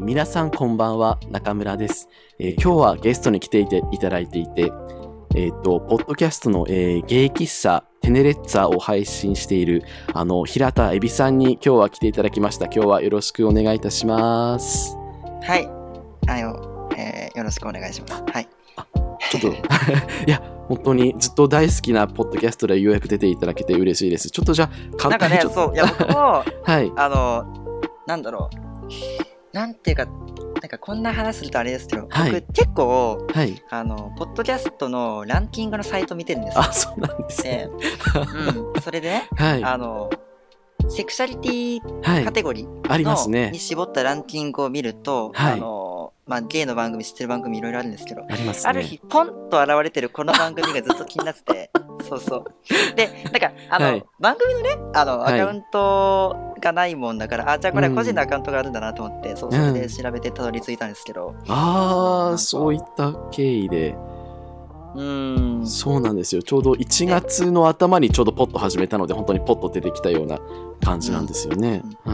皆さんこんばんは、中村です。今日はゲストに来ていただいていて、ポッドキャストの、ゲイ喫茶テネレッツァを配信している平田恵美さんに今日は来ていただきました。今日はよろしくお願いいたします。 はい、よろしくお願いします。はい。 ちょっといや本当にずっと大好きなポッドキャストでようやく出ていただけて嬉しいです。ちょっとじゃあ簡単にちょっとそういや僕もはい、 なんだろう、なんていうか、なんかこんな話するとあれですけど、 はい、 僕結構はい、 ポッドキャストのランキングのサイト見てるんですよ。 あ、そうなんですね。 それでね、 はい、 セクシャリティはい、 カテゴリーありますね。 に絞ったランキングを見ると、 はい、 ゲイの番組、知ってる番組いろいろあるんですけど、 ありますね。 ある日ポンと現れてるこの番組がずっと気になってて、そうそう。で、なんかはい、 番組のね、アはい、 カウントがないもんだから、じゃあこれは個人のアカウントがあるんだなと思って、それで調べてたどり着いたんですけど、 そういった経緯で。 そうそうなんですよ。ちょうど1月の頭にちょうどポッと始めたので、本当にポッと出てきたような感じなんですよね。はい。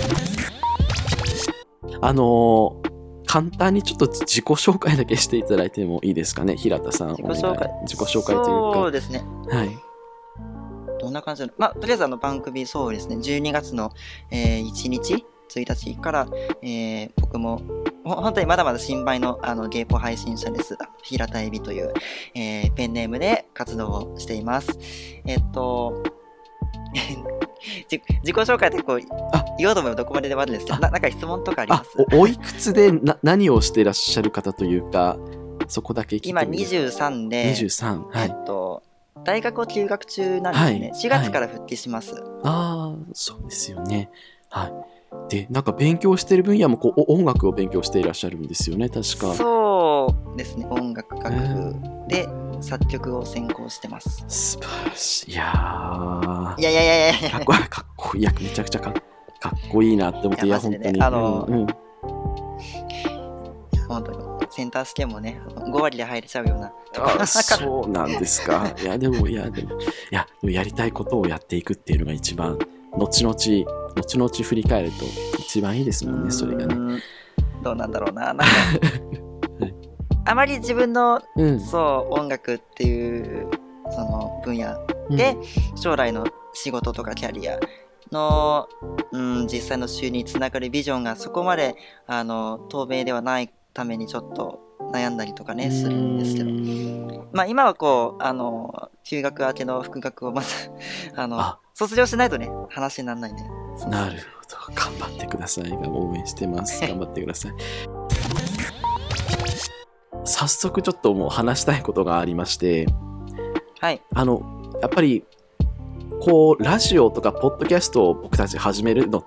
簡単にちょっと自己紹介だけしていただいてもいいですかね、平田さん。 自己紹介というか。 そうですね。 はい。 どんな感じなの？とりあえず番組そうですね、12月の、1日、1日から、僕も、本当にまだまだ新米のゲイポ配信者です。平田恵美という、ペンネームで活動をしています。自己紹介って言おうと思えばどこまででもあるんですけど、なんか質問とかあります？ おいくつで何をしていらっしゃる方というか、そこだけ聞いて今もいいですか？ 23で、 23、はい。 大学を休学中なんですよね。 はい、 4月から復帰します。 そうですよね。はい。で、なんか勉強してる分野も音楽を勉強していらっしゃるんですよね、確か。 そうですね、音楽学部で作曲を専攻してます。 素晴らしい。いやいやかっこいい。めちゃくちゃかっこいいなって思って、本当に。 本当にセンター試験もね、5割で入れちゃうような。 そうなんですか。でもやりたいことをやっていくっていうのが一番、後々振り返ると一番いいですもんね、それがね。 どうなんだろうな。なんかあまり自分の、音楽っていうその分野で、将来の仕事とかキャリアの、実際の収入につながるビジョンがそこまで透明ではないためにちょっと悩んだりとかねするんですけど、今は休学明けの復学をまず卒業しないとね話にならないんで。 なるほど、頑張ってください。応援してます。頑張ってください。早速ちょっともう話したいことがありまして、 はい。 やっぱりラジオとかポッドキャストを僕たち始めるのって、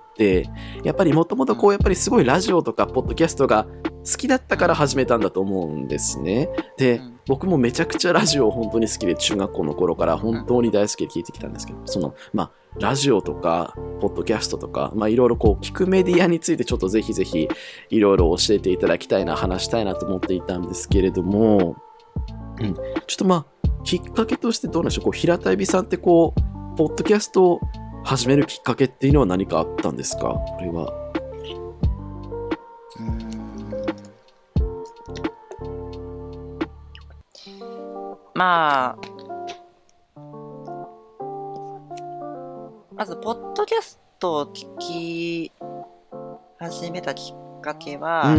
やっぱりもともとやっぱりすごいラジオとかポッドキャストが好きだったから始めたんだと思うんですね。で、僕もめちゃくちゃラジオ本当に好きで、中学校の頃から本当に大好きで聞いてきたんですけど、ラジオとかポッドキャストとか、いろいろ聞くメディアについてちょっとぜひぜひいろいろ教えていただきたいな、話したいなと思っていたんですけれども、ちょっときっかけとしてどうなんでしょう。平田恵美さんってポッドキャストを始めるきっかけっていうのは何かあったんですか？これは。 まずポッドキャストを聞き始めたきっかけは、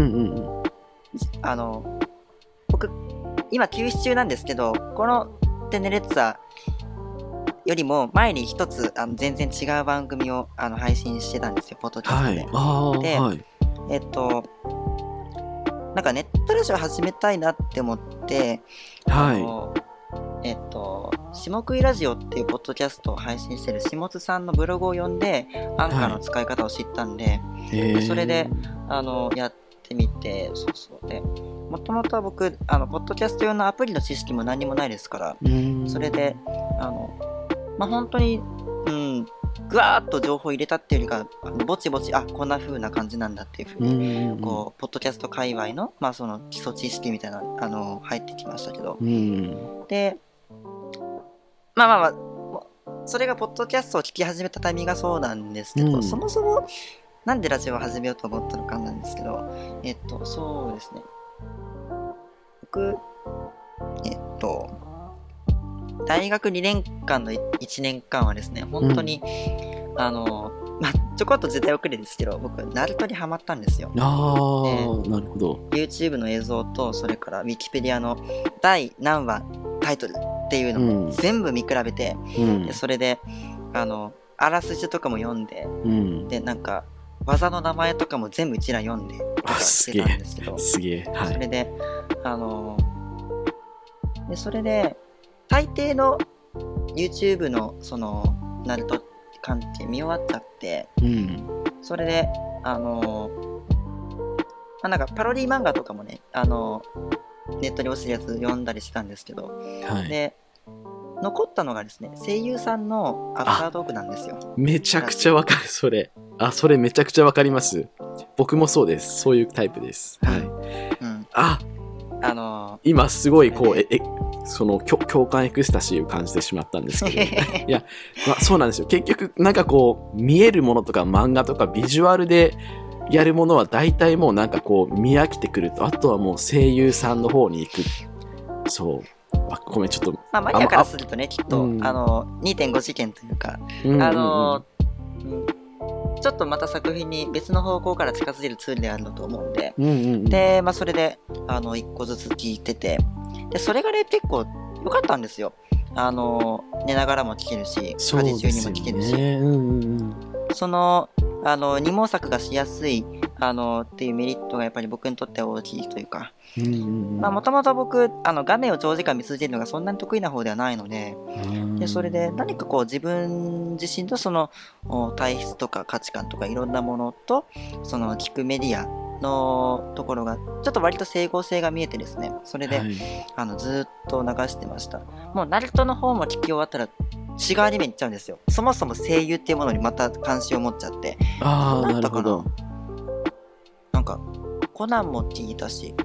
僕今休止中なんですけど、このテネレッツァよりも前に一つ全然違う番組を配信してたんですよ、ポッドキャストで。なんかネットラジオ始めたいなって思って、下食いラジオっていうポッドキャストを配信してる下津さんのブログを読んで、アンカーの使い方を知ったんで、それでやってみて、で、もともとは僕ポッドキャスト用のアプリの知識も何もないですから、それで本当にぐわーっと情報を入れたっていうよりか、ぼちぼちこんな風な感じなんだっていう風にポッドキャスト界隈のその基礎知識みたいな入ってきましたけど、でそれがポッドキャストを聞き始めたタイミングがそうなんですけど、そもそもなんでラジオを始めようと思ったのかなんですけど、そうですね。僕、大学2年間の1年間はですね、本当に、ちょこっと時代遅れですけど、僕、ナルトにハマったんですよ。 なるほど。 YouTube の映像と、それから Wikipedia の第何話タイトルっていうのも全部見比べて、でそれで、あらすじとかも読んで、で、なんか、技の名前とかも全部一覧読んで、してたんですけど、 すげえ。はい。 それで、それで、大抵の YouTube のそのナルト関係見終わっちゃって、それでなんかパロディ漫画とかもねネットに落ちるやつ読んだりしたんですけど、はい、で残ったのがですね、声優さんのアフタートークなんですよ。 めちゃくちゃわかる。それめちゃくちゃわかります。僕もそうです。そういうタイプです。はい。今すごいこうその共感エクスタシーを感じてしまったんですけどいや、そうなんですよ。結局なんかこう見えるものとか漫画とかビジュアルでやるものは大体もうなんかこう見飽きてくると、あとはもう声優さんの方に行く。そうごめんちょっとマニアからするとね、きっと、2.5 次元というか、ちょっとまた作品に別の方向から近づけるツールであるのと思うんで、で、それで1個ずつ聞いてて、でそれがね結構良かったんですよ。寝ながらも聞けるし、家事中にも聞けるし、その二毛作がしやすいっていうメリットがやっぱり僕にとっては大きいというか、もともと僕画面を長時間見続けるのがそんなに得意な方ではないので、それで何かこう自分自身のその体質とか価値観とかいろんなものとその聞くメディアのところがちょっと割と整合性が見えてですね、それで、ずっと流してました。もうナルトの方も聞き終わったら違うアニメに行っちゃうんですよ。そもそも声優っていうものにまた関心を持っちゃって。 なるほど。 なんかコナンも聞いたし、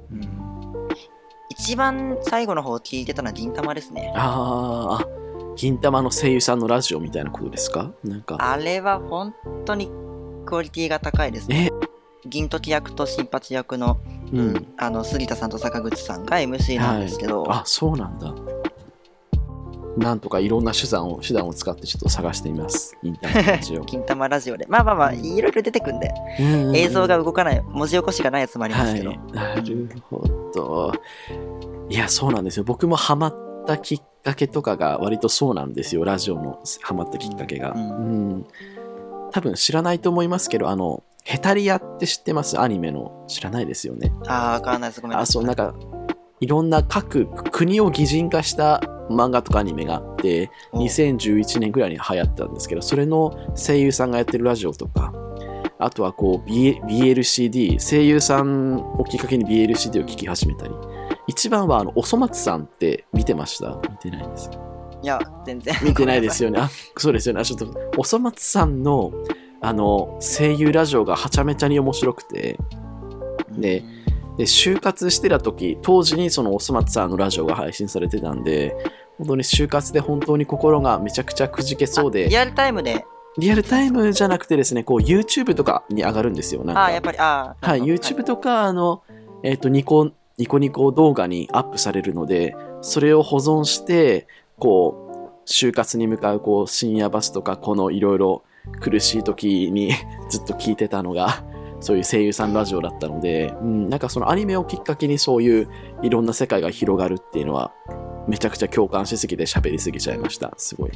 一番最後の方聞いてたのは銀玉ですね。 銀玉の声優さんのラジオみたいなことですか？なんかあれは本当にクオリティが高いですね。銀時役と新八役の、杉田さんと坂口さんが MC なんですけど、 そうなんだ。なんとかいろんな手段を使ってちょっと探してみます。銀玉ラジオ。 銀玉ラジオで。いろいろ出てくんで、映像が動かない、文字起こしがないやつもありますけど。 なるほど。いや、そうなんですよ。僕もハマったきっかけとかが割とそうなんですよ。ラジオのハマったきっかけが。多分知らないと思いますけど、ヘタリアって知ってます？アニメの。知らないですよね。 わかんないです。ごめんなさい。 なんか、いろんな各国を擬人化した漫画とかアニメがあって、2011年ぐらいに流行ったんですけど、それの声優さんがやってるラジオとか、あとはこう、BLCD、声優さんをきっかけに BLCD を聞き始めたり、一番はおそ松さんって見てました？見てないですか？ いや、全然。 見てないですよね。そうですよね。ちょっと、おそ松さんの声優ラジオがはちゃめちゃに面白くて、で就活してた時、当時にそのおそ松さんのラジオが配信されてたんで、本当に就活で本当に心がめちゃくちゃくじけそうで、 リアルタイムじゃなくてですね、こう YouTube とかに上がるんですよ。なんかやっぱり YouTube とかニコニコ動画にアップされるので、それを保存してこう就活に向かうこう深夜バスとか、このいろいろ苦しい時にずっと聞いてたのがそういう声優さんラジオだったので、なんかそのアニメをきっかけにそういういろんな世界が広がるっていうのはめちゃくちゃ共感しすぎて喋りすぎちゃいました。すごい。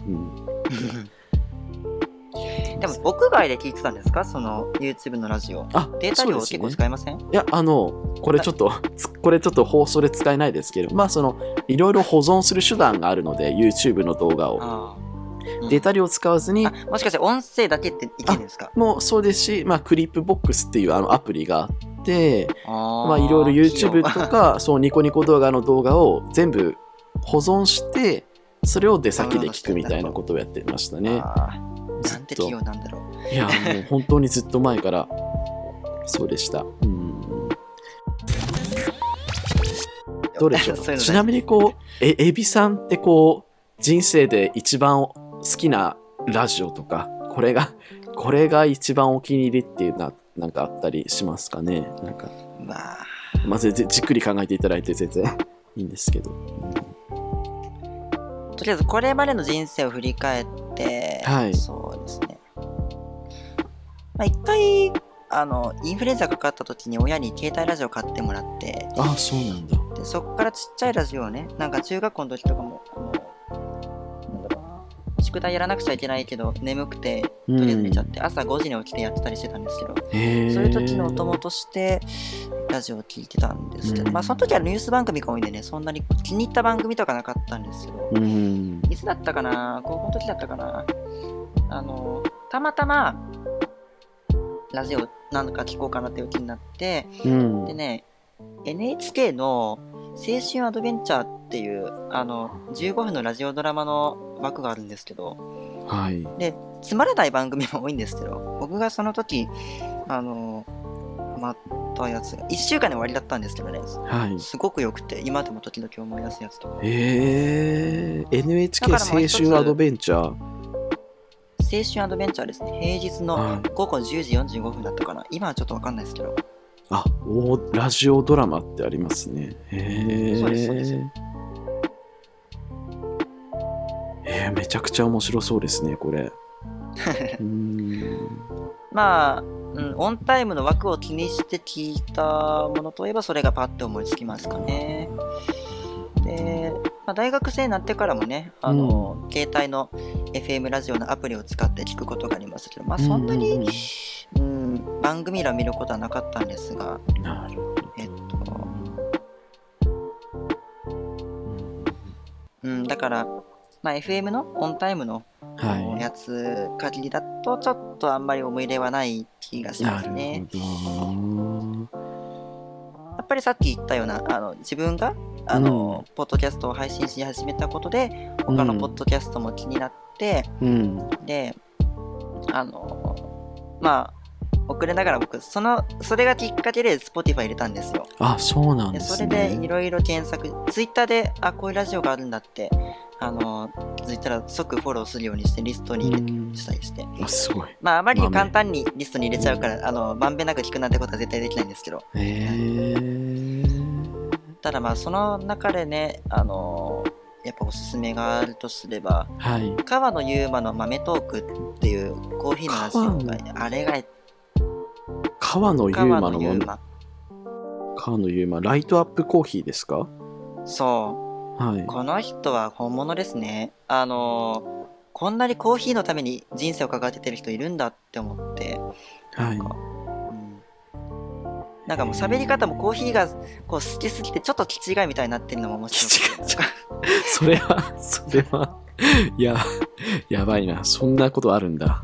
でも屋外で聞いてたんですか？その YouTube のラジオ。データ量結構使いません？いや、これちょっと放送で使えないですけど、そのいろいろ保存する手段があるので、 YouTube の動画をデータ量を使わずに、 もしかして音声だけっていけるんですか？ もうそうですし、クリップボックスっていうアプリがあって、いろいろ YouTube とかそうニコニコ動画の動画を全部保存して、それを出先で聞くみたいなことをやってましたね。 なんて器用なんだろう。 いや、もう本当にずっと前からそうでした。どうでしょう。ちなみにこうエビさんってこう人生で一番好きなラジオとか、これがこれが一番お気に入りっていうのはなんかあったりしますかね。なんかまずじっくり考えていただいて全然いいんですけど、 とりあえずこれまでの人生を振り返って、 はい、 そうですね。一回インフルエンザかかった時に親に携帯ラジオ買ってもらって、 あ、そうなんだ。 でそっからちっちゃいラジオをね、なんか中学校の時とかも宿題やらなくちゃいけないけど眠くてとりあえず寝ちゃって、朝5時に起きてやってたりしてたんですけど、そういう時のお供としてラジオを聞いてたんですけど、その時はニュース番組が多いんでね、そんなに気に入った番組とかなかったんですけど、いつだったかな、高校の時だったかな、たまたまラジオなんか聞こうかなっていう気になって、でね、NHK の青春アドベンチャーっていう15分のラジオドラマの枠があるんですけど、 はい、 でつまらない番組も多いんですけど、僕がその時ったやつが1週間で終わりだったんですけどね、はい、すごく良くて今でも時々思い出すやつとか。 NHK 青春アドベンチャー、 青春アドベンチャーですね。平日の午後10時45分だったかな。今はちょっと分かんないですけど。 ラジオドラマってありますね。 そうですそうです。 めちゃくちゃ面白そうですね、これ。 オンタイムの枠を気にして聞いたものといえばそれがパッと思いつきますかね。で、大学生になってからもね、携帯の FM ラジオのアプリを使って聞くことがありますけど、そんなに、番組ら見ることはなかったんですが、 なるほど。 だから、FM のオンタイムの、やつ限りだとちょっとあんまり思い入れはない気がしますね。やっぱりさっき言ったような自分がポッドキャストを配信し始めたことで他のポッドキャストも気になって、で遅れながら僕それがきっかけで Spotify 入れたんですよ。 そうなんですね。 それでいろいろ検索、Twitter でこういうラジオがあるんだって気づいたら即フォローするようにしてリストに入れたりして、 すごい。 あまり簡単にリストに入れちゃうからまんべんなく聞くなんてことは絶対できないんですけど、ただその中でねやっぱおすすめがあるとすれば、川野ゆうまの豆トークっていうコーヒーのラジオがあれが川野ゆうまの川野ゆうまライトアップコーヒーですか？ そう、この人は本物ですね。こんなにコーヒーのために人生をかかっててる人いるんだって思って、なんかもう喋り方もコーヒーがこう好きすぎてちょっと気違いみたいになってるのも面白い。 それはやばいな、そんなことあるんだ。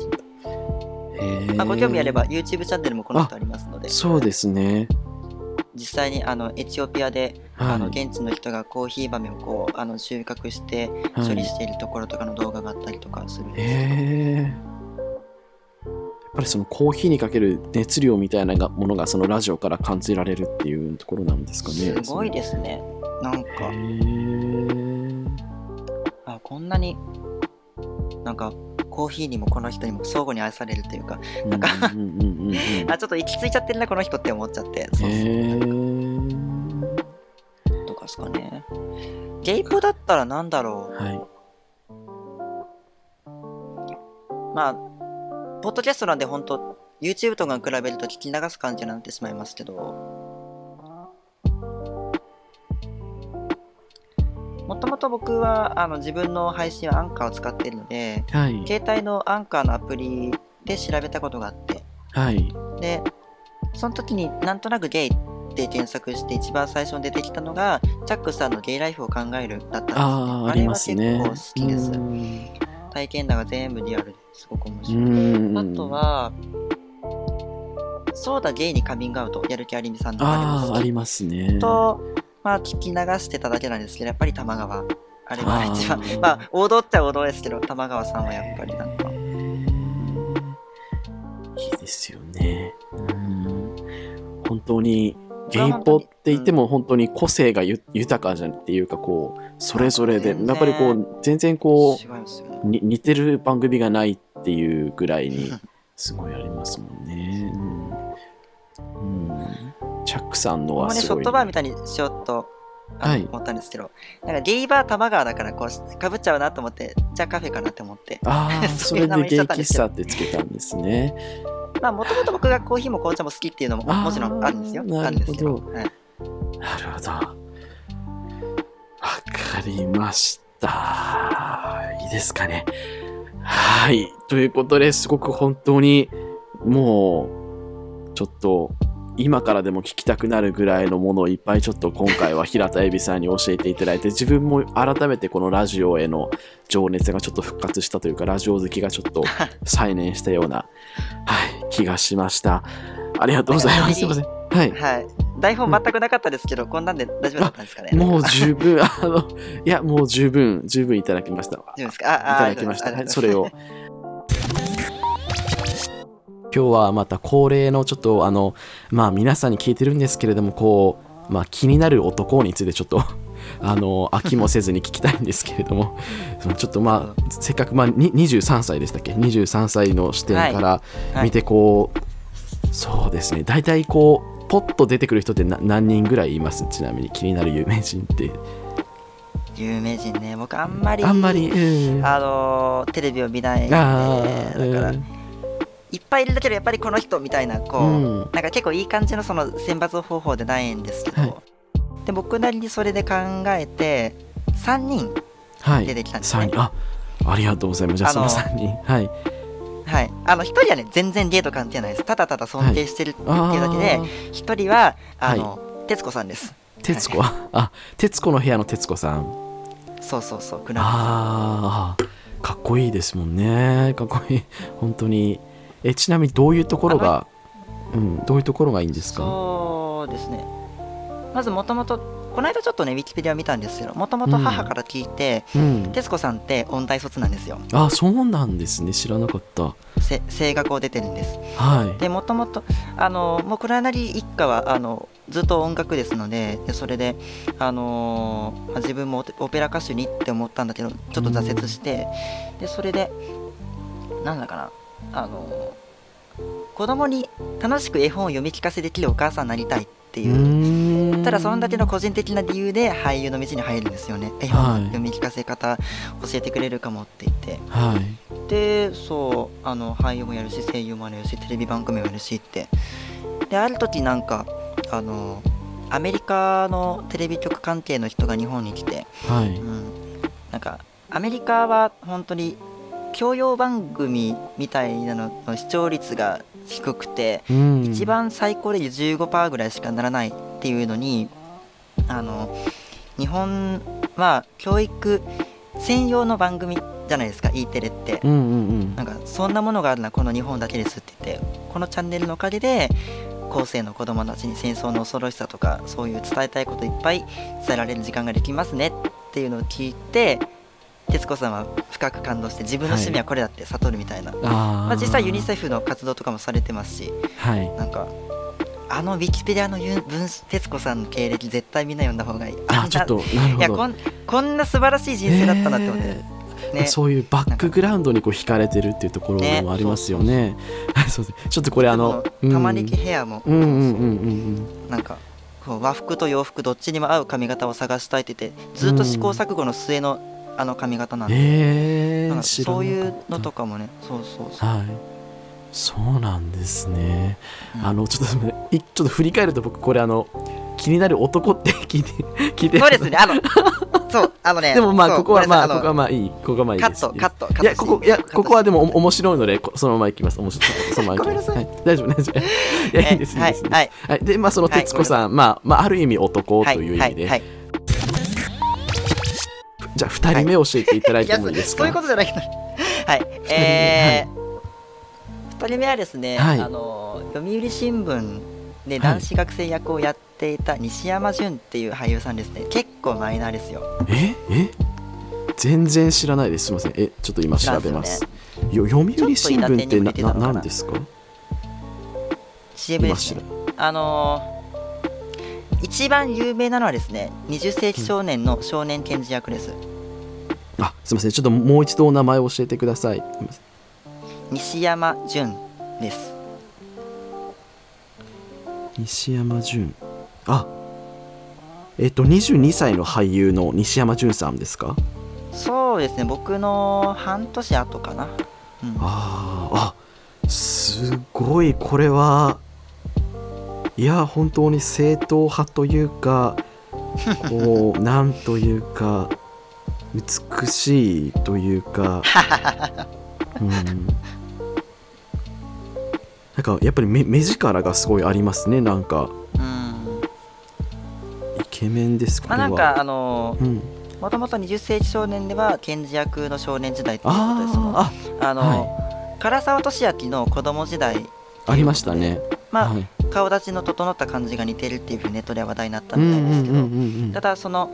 ご興味あれば YouTube チャンネルもこの人ありますので。 そうですね。 実際にエチオピアで、現地の人がコーヒー豆をこう収穫して処理しているところとかの動画があったりとかするんですけど、 やっぱりそのコーヒーにかける熱量みたいなものがそのラジオから感じられるっていうところなんですかね。 すごいですね。なんかこんなになんかコーヒーにもこの人にも相互に愛されるというか、なんかちょっと行き着いちゃってるなこの人って思っちゃって。どうかですかね。ゲイポだったらなんだろう。ポッドキャストなんで本当 YouTube とかに比べると聞き流す感じになってしまいますけど、もともと僕は自分の配信はアンカーを使っているので、携帯のアンカーのアプリで調べたことがあって、でその時になんとなくゲイって検索して一番最初に出てきたのがチャックさんのゲイライフを考えるだったんですね。あれは結構好きです。体験談が全部リアルですごく面白い。あとはそうだゲイにカミングアウト、やる気ありみさんのありますね。 聞き流してただけなんですけど、やっぱり玉川、あれは一番王道っちゃ王道ですけど、玉川さんはやっぱりなんかいいですよね。本当にゲイポって言っても本当に個性が豊かじゃんっていうか、こうそれぞれでやっぱりこう全然こう似てる番組がないっていうぐらいにすごいありますもんね。チャックさんのはすごい、 ショットバーみたいにしようと思ったんですけど、なんかゲイバー玉川だからこうかぶっちゃうなと思って、じゃあカフェかなって思って、 それでゲイ喫茶ってつけたんですね。 まあもともと僕がコーヒーも紅茶も好きっていうのももちろんあるんですよ。 なるほど。なるほど。わかりました。いいですかね。はい。ということで、すごく本当にもうちょっと今からでも聞きたくなるぐらいのものをいっぱいちょっと今回は平田恵美さんに教えていただいて、自分も改めてこのラジオへの情熱がちょっと復活したというか、ラジオ好きがちょっと再燃したような、気がしました。ありがとうございます。すいません。はい。 台本全くなかったですけど、こんなんで大丈夫だったんですかね。 もう十分、いや、もう十分いただきました。 十分ですか？ いただきました。はい、それを。今日はまた恒例のちょっと皆さんに聞いてるんですけれども、こう、気になる男についてちょっと飽きもせずに聞きたいんですけれどもちょっとせっかく23歳でしたっけ、23歳の視点から見てこう、そうですね、大体こうポッと出てくる人って何人ぐらいいます？ちなみに気になる有名人って。 有名人ね、僕あんまり、テレビを見ないんで、だからいっぱいいるだけどやっぱりこの人みたいななんか結構いい感じのその選抜方法でないんですけど、で僕なりにそれで考えて3人出てきたんですね。 ありがとうございます。じゃあその3人、 1人はね全然ゲート関係ないです。ただただ尊敬してるっていうだけで、1人は徹子さんです。 徹子、徹子の部屋の徹子さん。 そうかっこいいですもんね。かっこいい本当に。ちなみにどういうところがいいんですか？ そうですね、まずもともとこの間ちょっとねウィキペディア見たんですけど、もともと母から聞いて、徹子さんって音大卒なんですよ。 そうなんですね。知らなかった。 声楽を出てるんです。でもともともう黒柳一家はずっと音楽ですので、それで自分もオペラ歌手にって思ったんだけどちょっと挫折して、でそれでなんだかな、子供に楽しく絵本を読み聞かせできるお母さんになりたいっていう、ただそのだけの個人的な理由で俳優の道に入るんですよね。絵本の読み聞かせ方教えてくれるかもって言って、でそう俳優もやるし声優もやるしテレビ番組もやるしって、である時なんかアメリカのテレビ局関係の人が日本に来て、なんかアメリカは本当に教養番組みたいなのの視聴率が低くて、一番最高で 15% ぐらいしかならないっていうのに、日本は教育専用の番組じゃないですか、E テレって、なんかそんなものがあるのはこの日本だけですって言って、このチャンネルのおかげで後世の子供たちに戦争の恐ろしさとかそういう伝えたいこといっぱい伝えられる時間ができますねっていうのを聞いて、徹子さんは深く感動して自分の趣味はこれだって悟るみたいな、実際ユニセフの活動とかもされてますし、なんかウィキペディアの徹子さんの経歴絶対みんな読んだ方がいい。 ちょっとなるほど。 いやこんな素晴らしい人生だったなって思って、 そういうバックグラウンドにこう惹かれてるっていうところもありますよね。ちょっとこれ玉ねぎヘアもなんか和服と洋服どっちにも合う髪型を探したいって言ってずっと試行錯誤の末の髪型なんで、なんかそういうのとかもね、 そうなんですね。ちょっと振り返ると僕これ気になる男って聞いてそうですね。そうでもここはいいここはいいです。 カットここはでも面白いのでそのままいきます。そのままいきます。大丈夫いやいいです。でその徹子さんある意味男という意味で。じゃあ2人目教えていただいてもいいですか？ そういうことじゃないけど2人目はですね、読売新聞で男子学生役をやっていた西山純っていう俳優さんですね。結構マイナーですよ。 全然知らないです。すみません。ちょっと今調べます。読売新聞って何ですか？ CM ですね。 一番有名なのはですね、20世紀少年の少年検事役です。 あ、すみません、ちょっともう一度お名前を教えてください。 西山純です。 西山純。あ、22歳の俳優の西山純さんですか？ そうですね、僕の半年後かな。うん、 あ、すごい、これはいや本当に正統派というかこうなんというか美しいというか、なんかやっぱり 目力がすごいありますね。なんか、イケメンです。これはなんかもともと20世紀少年では検事役の少年時代ということで、唐沢寿明の子供時代ありましたね。 顔立ちの整った感じが似てるっていうふうにネットでは話題になったみたいですけど、ただその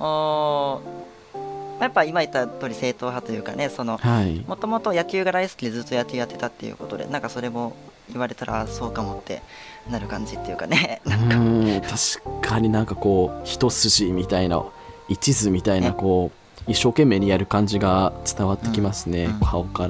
やっぱ今言った通り正統派というかね、もともと野球が大好きでずっと野球やってたっていうことで、なんかそれも言われたらそうかもってなる感じっていうかね。 確かになんかこう一筋みたいな一途みたいなこう、一生懸命にやる感じが伝わってきますね、顔から。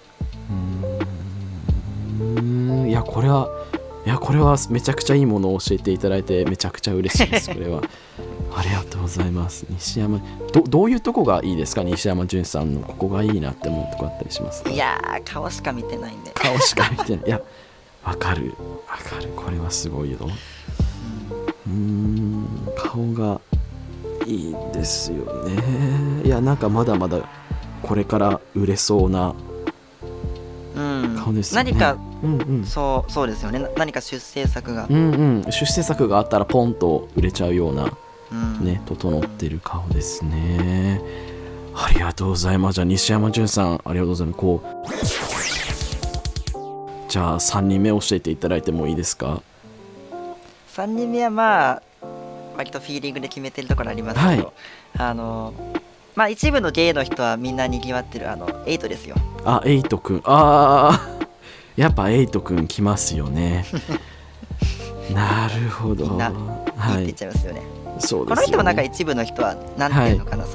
いやこれはめちゃくちゃいいものを教えていただいてめちゃくちゃ嬉しいです。これはありがとうございます。西山、どういうとこがいいですか？西山純さんのここがいいなって思うとこあったりしますか？ いやー、顔しか見てないんで。 顔しか見てない。いや、わかる。これはすごいよ。顔がいいですよね。いや、なんかまだまだこれから売れそうな顔ですよね。 何か、そうですよね。何か出世作が、 出世作があったらポンと売れちゃうような、整ってる顔ですね。ありがとうございます。じゃあ西山純さん、ありがとうございます。じゃあ3人目教えていただいてもいいですか？3 人目は割とフィーリングで決めてるところありますけど、一部のゲイの人はみんなにぎわってるエイトですよ。 エイトくん。やっぱエイトくん来ますよね。なるほど。 みんないいって言っちゃいますよね。 そうですよね。 この人もなんか一部の人はなんていうのかな、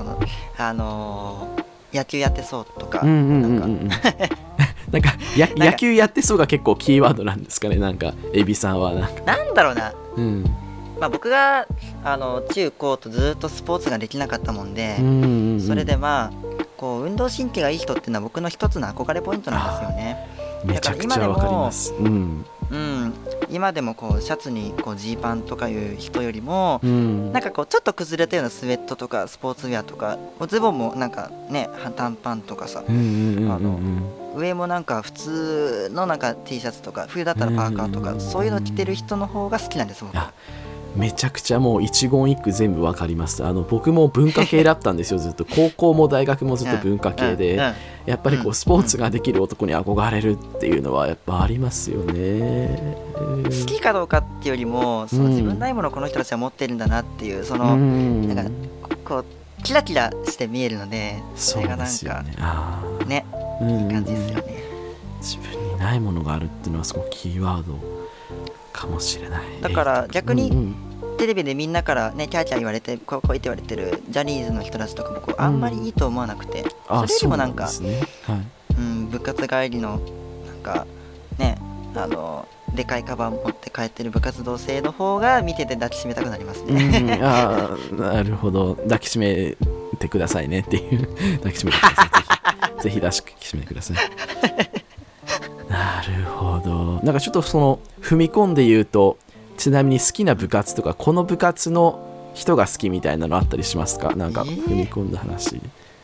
野球やってそうとか、 なんか野球やってそうが結構キーワードなんですかね。なんかエビさんはなんだろうな。僕が中高とずっとスポーツができなかったもんで、それでこう運動神経がいい人っていうのは僕の一つの憧れポイントなんですよね。 めちゃくちゃわかります。 今でもこうシャツにジーパンとかいう人よりも、なんかこうちょっと崩れたようなスウェットとかスポーツウェアとか、ズボンもなんかね短パンとかさ、上もなんか普通のなんか T シャツとか、冬だったらパーカーとか、そういうの着てる人の方が好きなんです僕。 めちゃくちゃもう一言一句全部わかります。僕も文化系だったんですよ。ずっと高校も大学もずっと文化系で、やっぱりこうスポーツができる男に憧れるっていうのはやっぱありますよね。 好きかどうかっていうよりも、自分ないものをこの人たちは持ってるんだなっていう、なんかこうキラキラして見えるので、それがなんかね、いい感じですよね。 自分にないものがあるっていうのはすごくキーワードかもしれない。 だから逆にテレビでみんなからねキャーキャー言われてこう言って言われてるジャニーズの人たちとか、僕あんまりいいと思わなくて、それよりもなんか部活帰りのなんかねでかいカバン持って帰ってる部活動生の方が見てて抱きしめたくなりますね。 なるほど。抱きしめてくださいねっていう抱きしめてください。ぜひ抱きしめてください。なるほど。なんかちょっと踏み込んで言うと、ちなみに好きな部活とかこの部活の人が好きみたいなのあったりしますか？なんか踏み込んだ話。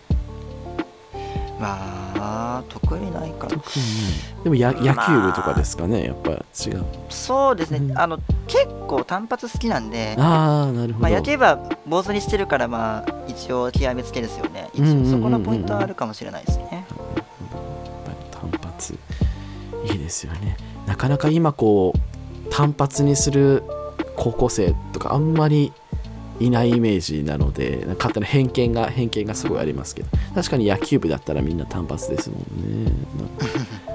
特にないかな。 でも野球部とかですかね。やっぱ違う。 そうですね。結構単発好きなんで。 なるほど。 野球部は坊主にしてるから一応極めつけですよね。一応そこのポイントはあるかもしれないですね。 単発いいですよね。なかなか今こう単発にする高校生とかあんまりいないイメージなので、勝手な偏見がすごいありますけど、確かに野球部だったらみんな単発ですもんね。なる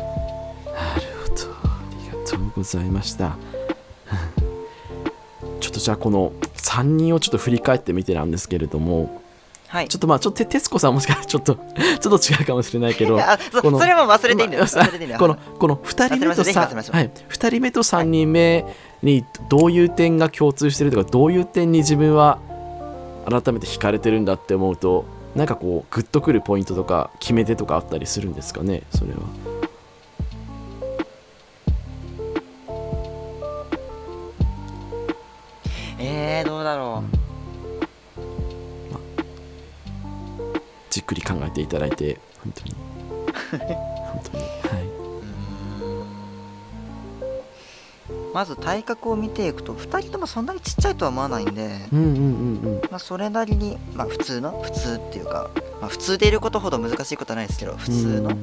ほど、ありがとうございました。ちょっとじゃあこの3人をちょっと振り返ってみてなんですけれども、 はい、 ちょっと徹子さんもしかしたらちょっと違うかもしれないけどそれも忘れていいんだよ、 この2人目と2人目と3人目にどういう点が共通してるとか、どういう点に自分は改めて惹かれてるんだって思うと、なんかこうグッとくるポイントとか決め手とかあったりするんですかね、それは。 どうだろう、 じっくり考えていただいて、本当に本当に、はい、 まず体格を見ていくと2人ともそんなにちっちゃいとは思わないんで、それなりに、普通っていうか、普通でいることほど難しいことはないですけど、普通の、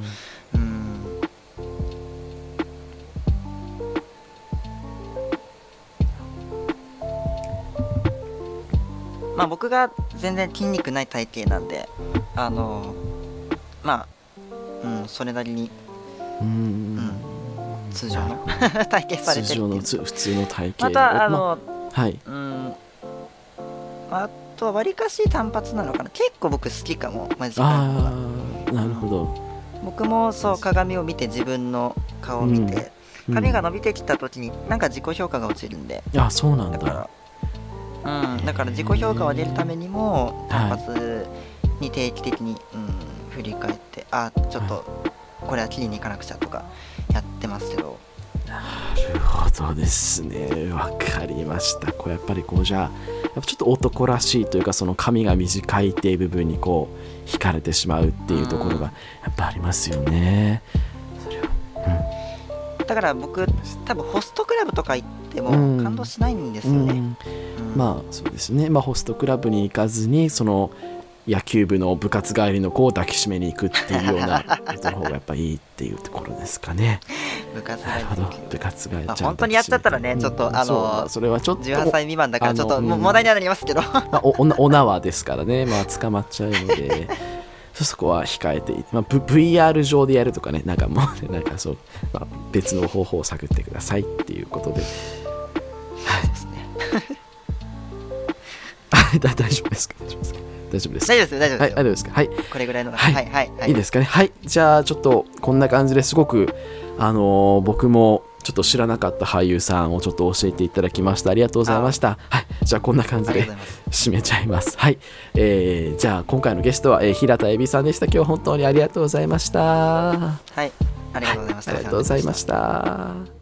僕が全然筋肉ない体型なんで、それなりに、通常の体型されてるっていう、 普通の体型、 またはい、 あとはわりかし単発なのかな、結構僕好きかも、短い方が。 なるほど。 僕もそう鏡を見て自分の顔を見て、髪が伸びてきた時になんか自己評価が落ちるんで、 そうなんだ。 だから自己評価を上げるためにも単発に定期的に、振り返って、ちょっとこれは切りに行かなくちゃとかやってますけど。 なるほどですね、わかりました。こうやっぱりこうじゃあやっぱちょっと男らしいというか、その髪が短いっていう部分にこう惹かれてしまうっていうところがやっぱありますよね。それは、 だから僕多分ホストクラブとか行っても感動しないんですよね。 そうですね、ホストクラブに行かずにその野球部の部活帰りの子を抱きしめに行くっていうようなことの方がやっぱいいっていうところですかね。 部活帰り、 部活帰り、 本当にやっちゃったらね、ちょっとそれはちょっと 18歳未満だからちょっと問題にはなりますけど、 お縄ですからね、捕まっちゃうのでそこは控えていて、VR 上でやるとかね、なんかもうね、なんかそう、別の方法を探ってくださいっていうことで、 そうですね大丈夫ですか？大丈夫です。 大丈夫ですよ、大丈夫ですよ。 はい、大丈夫ですか？はい。 これぐらいの、 いいですかね。はい。じゃあちょっとこんな感じですごく僕もちょっと知らなかった俳優さんをちょっと教えていただきました。ありがとうございました。はい。じゃあこんな感じで締めちゃいます。はい。じゃあ今回のゲストは、平田恵美さんでした。今日は本当にありがとうございました。 はい。ありがとうございました。 ありがとうございました。